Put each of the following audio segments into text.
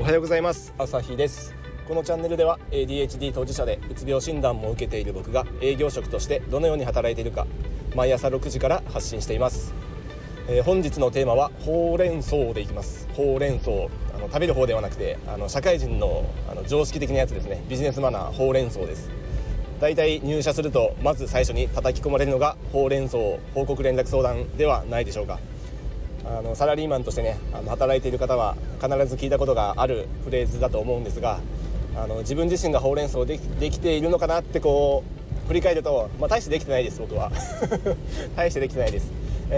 はようございます。朝日です。このチャンネルでは ADHD 当事者でうつ病診断も受けている僕が営業職としてどのように働いているか毎朝6時から発信しています。本日のテーマはほうれん草でいきます。ほうれん草、食べる方ではなくて社会人の常識的なやつですね。ビジネスマナー、ほうれん草です。だいたい入社するとまず最初に叩き込まれるのがほうれん草報告連絡相談ではないでしょうか。サラリーマンとしてね働いている方は必ず聞いたことがあるフレーズだと思うんですが、自分自身がほうれん草できているのかなってこう振り返ると、大してできてないです。僕は大してできてないです。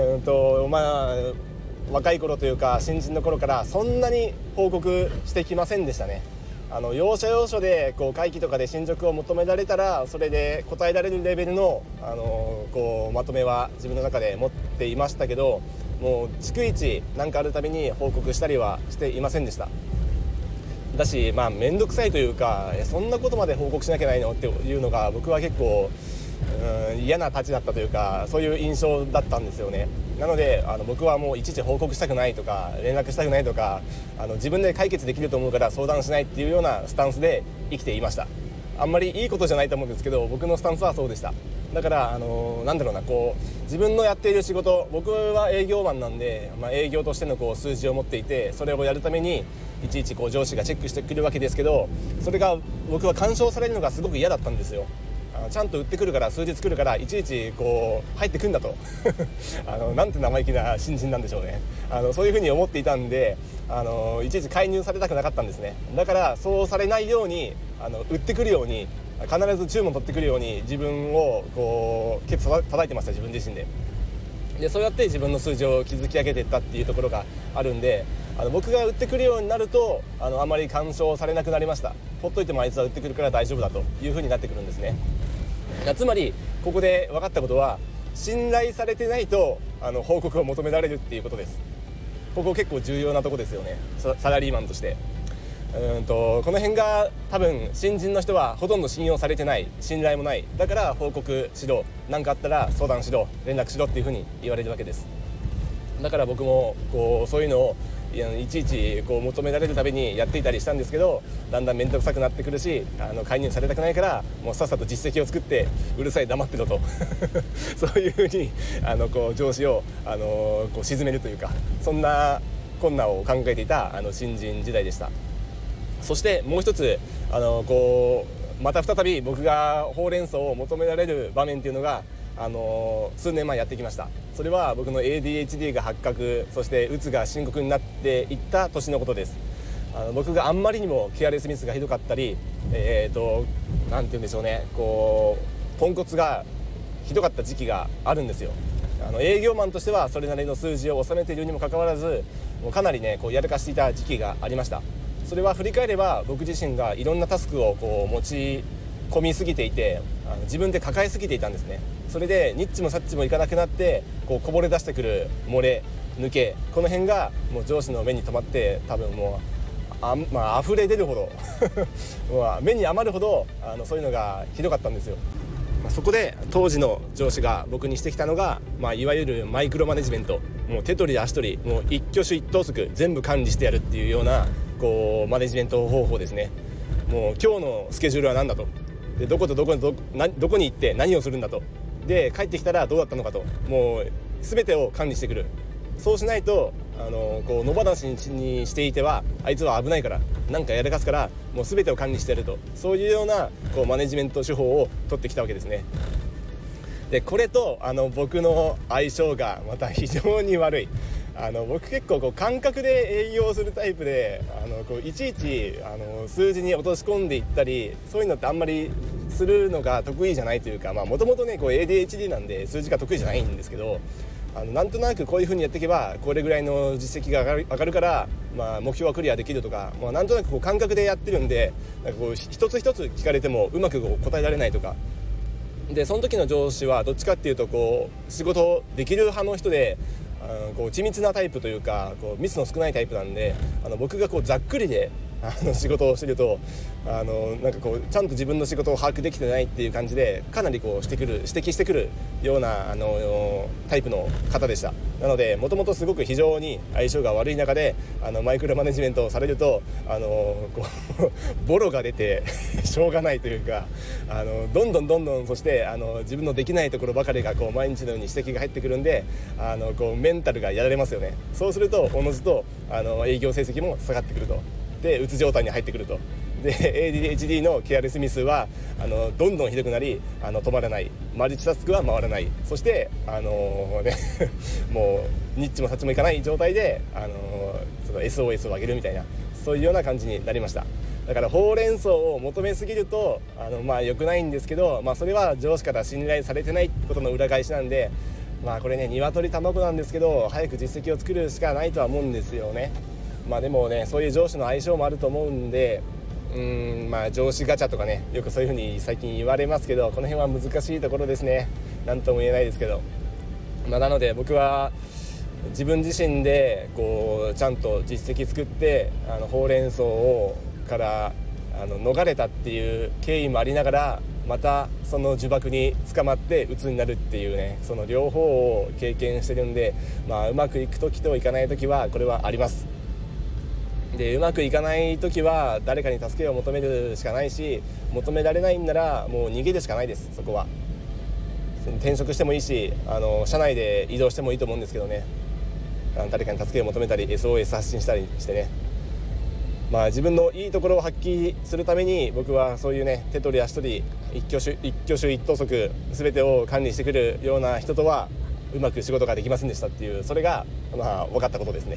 若い頃というか新人の頃からそんなに報告してきませんでしたね。要所要所でこう会議とかで進捗を求められたらそれで答えられるレベルの、まとめは自分の中で持っていましたけど、もう逐一何かあるたびに報告したりはしていませんでした。だし面倒くさいというかそんなことまで報告しなきゃいけないのっていうのが僕は結構嫌なたちだったというかそういう印象だったんですよね。なので僕はもういちいち報告したくないとか連絡したくないとか自分で解決できると思うから相談しないっていうようなスタンスで生きていました。あんまりいいことじゃないと思うんですけど僕のスタンスはそうでした。だから自分のやっている仕事、僕は営業マンなんで、営業としての数字を持っていてそれをやるためにいちいち上司がチェックしてくるわけですけど、それが僕は干渉されるのがすごく嫌だったんですよ。ちゃんと売ってくるから数日来るからいちいち入ってくんだとなんて生意気な新人なんでしょうね。そういうふうに思っていたんでいちいち介入されたくなかったんですね。だからそうされないように売ってくるように必ず注文取ってくるように自分をケツ叩いてました。自分自身でそうやって自分の数字を築き上げていったっていうところがあるんで僕が売ってくるようになるとあまり干渉されなくなりました。ほっといてもあいつは売ってくるから大丈夫だという風になってくるんですね。つまりここで分かったことは信頼されてないと報告を求められるっていうことです。ここ結構重要なとこですよね。サラリーマンとしてこの辺が多分新人の人はほとんど信用されてない、信頼もない。だから報告しろ、何かあったら相談しろ、連絡しろっていう風に言われるわけです。だから僕もそういうのをいちいち求められるたびにやっていたりしたんですけど、だんだん面倒くさくなってくるし介入されたくないからもうさっさと実績を作ってうるさい黙ってろとそういう風に上司を沈めるというか、そんな困難を考えていた新人時代でした。そしてもう一つまた再び僕がほうれん草を求められる場面っていうのが数年前やってきました。それは僕の ADHD が発覚、そしてうつが深刻になっていった年のことです。僕があんまりにもケアレスミスがひどかったりなんて言うんでしょうね、ポンコツがひどかった時期があるんですよ。営業マンとしてはそれなりの数字を収めているにもかかわらずもうかなりねやらかしていた時期がありました。それは振り返れば僕自身がいろんなタスクを持ち込みすぎていて自分で抱えすぎていたんですね。それでニッチもサッチもいかなくなってこぼれ出してくる漏れ抜け、この辺がもう上司の目に留まって多分もう溢れ出るほど目に余るほどそういうのがひどかったんですよ。そこで当時の上司が僕にしてきたのが、いわゆるマイクロマネジメント、もう手取り足取りもう一挙手一投足全部管理してやるっていうようなマネジメント方法ですね。もう今日のスケジュールは何だと、でどことどこに行って何をするんだと、で帰ってきたらどうだったのかと、もう全てを管理してくる。そうしないと野放しにしていてはあいつは危ないから何かやらかすからもう全てを管理してやると、そういうようなマネジメント手法を取ってきたわけですね。でこれと僕の相性がまた非常に悪い。僕結構感覚で営業するタイプでいちいち数字に落とし込んでいったりそういうのってあんまりするのが得意じゃないというか、もともとねADHD なんで数字が得意じゃないんですけど、なんとなくこういう風にやっていけばこれぐらいの実績が上がるから、目標はクリアできるとか、なんとなく感覚でやってるんで一つ一つ聞かれてもうまく答えられないとかで、その時の上司はどっちかっていうと仕事できる派の人で緻密なタイプというかミスの少ないタイプなんで僕がざっくりで仕事をしてるとなんかこうちゃんと自分の仕事を把握できてないっていう感じでかなりこう指摘してくるようなタイプの方でした。なのでもともとすごく非常に相性が悪い中でマイクロマネジメントをされるとこうボロが出てしょうがないというかどんどんそして自分のできないところばかりがこう毎日のように指摘が入ってくるんでこうメンタルがやられますよね。そうするとおのずと営業成績も下がってくると。でうつ状態に入ってくると。で ADHD のケアレスミスはどんどんひどくなり止まらない、マルチタスクは回らない、そしてもうニッチもサッチもいかない状態でその SOS を上げるみたいな、そういうような感じになりました。だからほうれん草を求めすぎると良くないんですけど、それは上司から信頼されてないことの裏返しなんで、これね鶏卵なんですけど早く実績を作るしかないとは思うんですよね。でもねそういう上司の相性もあると思うんで上司ガチャとかねよくそういう風に最近言われますけど、この辺は難しいところですね。なんとも言えないですけど、なので僕は自分自身でこうちゃんと実績作ってほうれん草から逃れたっていう経緯もありながら、またその呪縛に捕まって鬱になるっていうね、その両方を経験してるんで、うまくいく時といかない時はこれはあります。でうまくいかない時は誰かに助けを求めるしかないし、求められないんならもう逃げるしかないです。そこは転職してもいいし社内で移動してもいいと思うんですけどね、誰かに助けを求めたり SOS 発信したりしてね、自分のいいところを発揮するために僕はそういうね手取り足取り一挙手一投足全てを管理してくるような人とはうまく仕事ができませんでしたっていう、それが分かったことですね。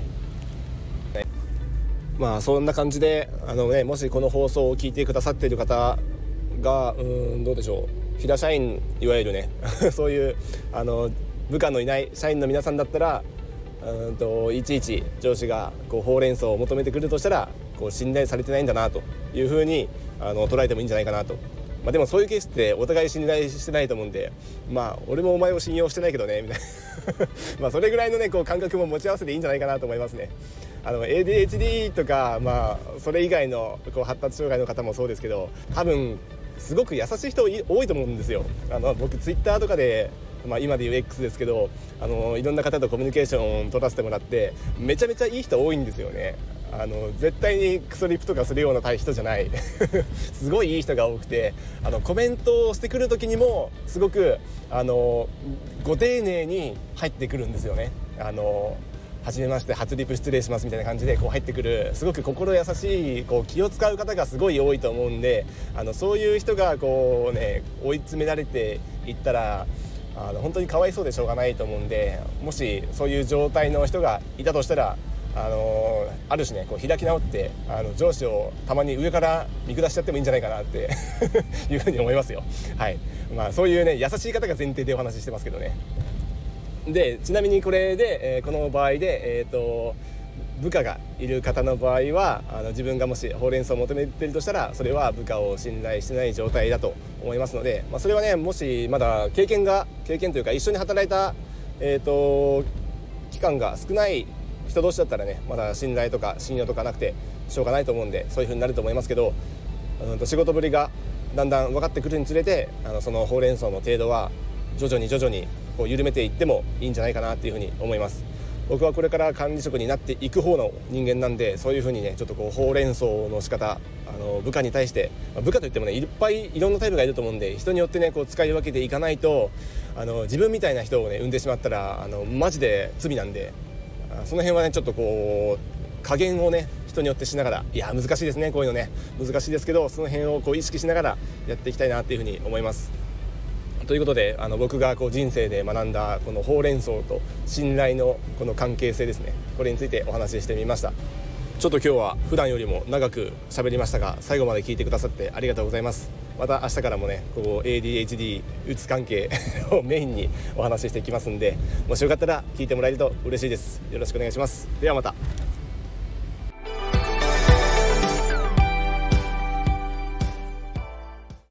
そんな感じでもしこの放送を聞いてくださっている方がどうでしょう、平社員いわゆるねそういう部下のいない社員の皆さんだったらいちいち上司がこうほうれん草を求めてくるとしたらこう信頼されてないんだなというふうに捉えてもいいんじゃないかなと。でもそういうケースってお互い信頼してないと思うんで、俺もお前を信用してないけどねみたいなそれぐらいのねこう感覚も持ち合わせていいんじゃないかなと思いますね。ADHD とかそれ以外のこう発達障害の方もそうですけど、多分すごく優しい人多いと思うんですよ。僕ツイッターとかで今でいう X ですけどいろんな方とコミュニケーションを取らせてもらってめちゃめちゃいい人多いんですよね。絶対にクソリプとかするような人じゃないすごいいい人が多くてコメントをしてくる時にもすごくご丁寧に入ってくるんですよね。はじめまして初リプ失礼しますみたいな感じでこう入ってくるすごく心優しいこう気を使う方がすごい多いと思うんでそういう人がこうね追い詰められていったら本当にかわいそうでしょうがないと思うんで、もしそういう状態の人がいたとしたらある種ねこう開き直って上司をたまに上から見下しちゃってもいいんじゃないかなっていうふうに思いますよ。はい、そういうね優しい方が前提でお話ししてますけどね。でちなみにこれで、この場合で、部下がいる方の場合は自分がもしほうれん草を求めているとしたらそれは部下を信頼してない状態だと思いますので、それはねもしまだ経験というか一緒に働いた、期間が少ない人同士だったらねまだ信頼とか信用とかなくてしょうがないと思うんでそういう風になると思いますけど、仕事ぶりがだんだん分かってくるにつれてそのほうれん草の程度は徐々にこう緩めていってもいいんじゃないかなっていうふうに思います。僕はこれから管理職になっていく方の人間なんで、そういうふうにねちょっとこうほうれん草の仕方部下に対して部下といってもねいっぱいいろんなタイプがいると思うんで人によってねこう使い分けていかないと自分みたいな人をね生んでしまったらマジで罪なんで、その辺はねちょっとこう加減をね人によってしながら、いや難しいですねこういうのね難しいですけどその辺をこう意識しながらやっていきたいなっていうふうに思います。ということで僕がこう人生で学んだこのほうれん草と信頼のこの関係性ですね、これについてお話ししてみました。ちょっと今日は普段よりも長く喋りましたが最後まで聞いてくださってありがとうございます。また明日からもねこう ADHD うつ関係をメインにお話ししていきますんで、もしよかったら聞いてもらえると嬉しいです。よろしくお願いします。ではまた。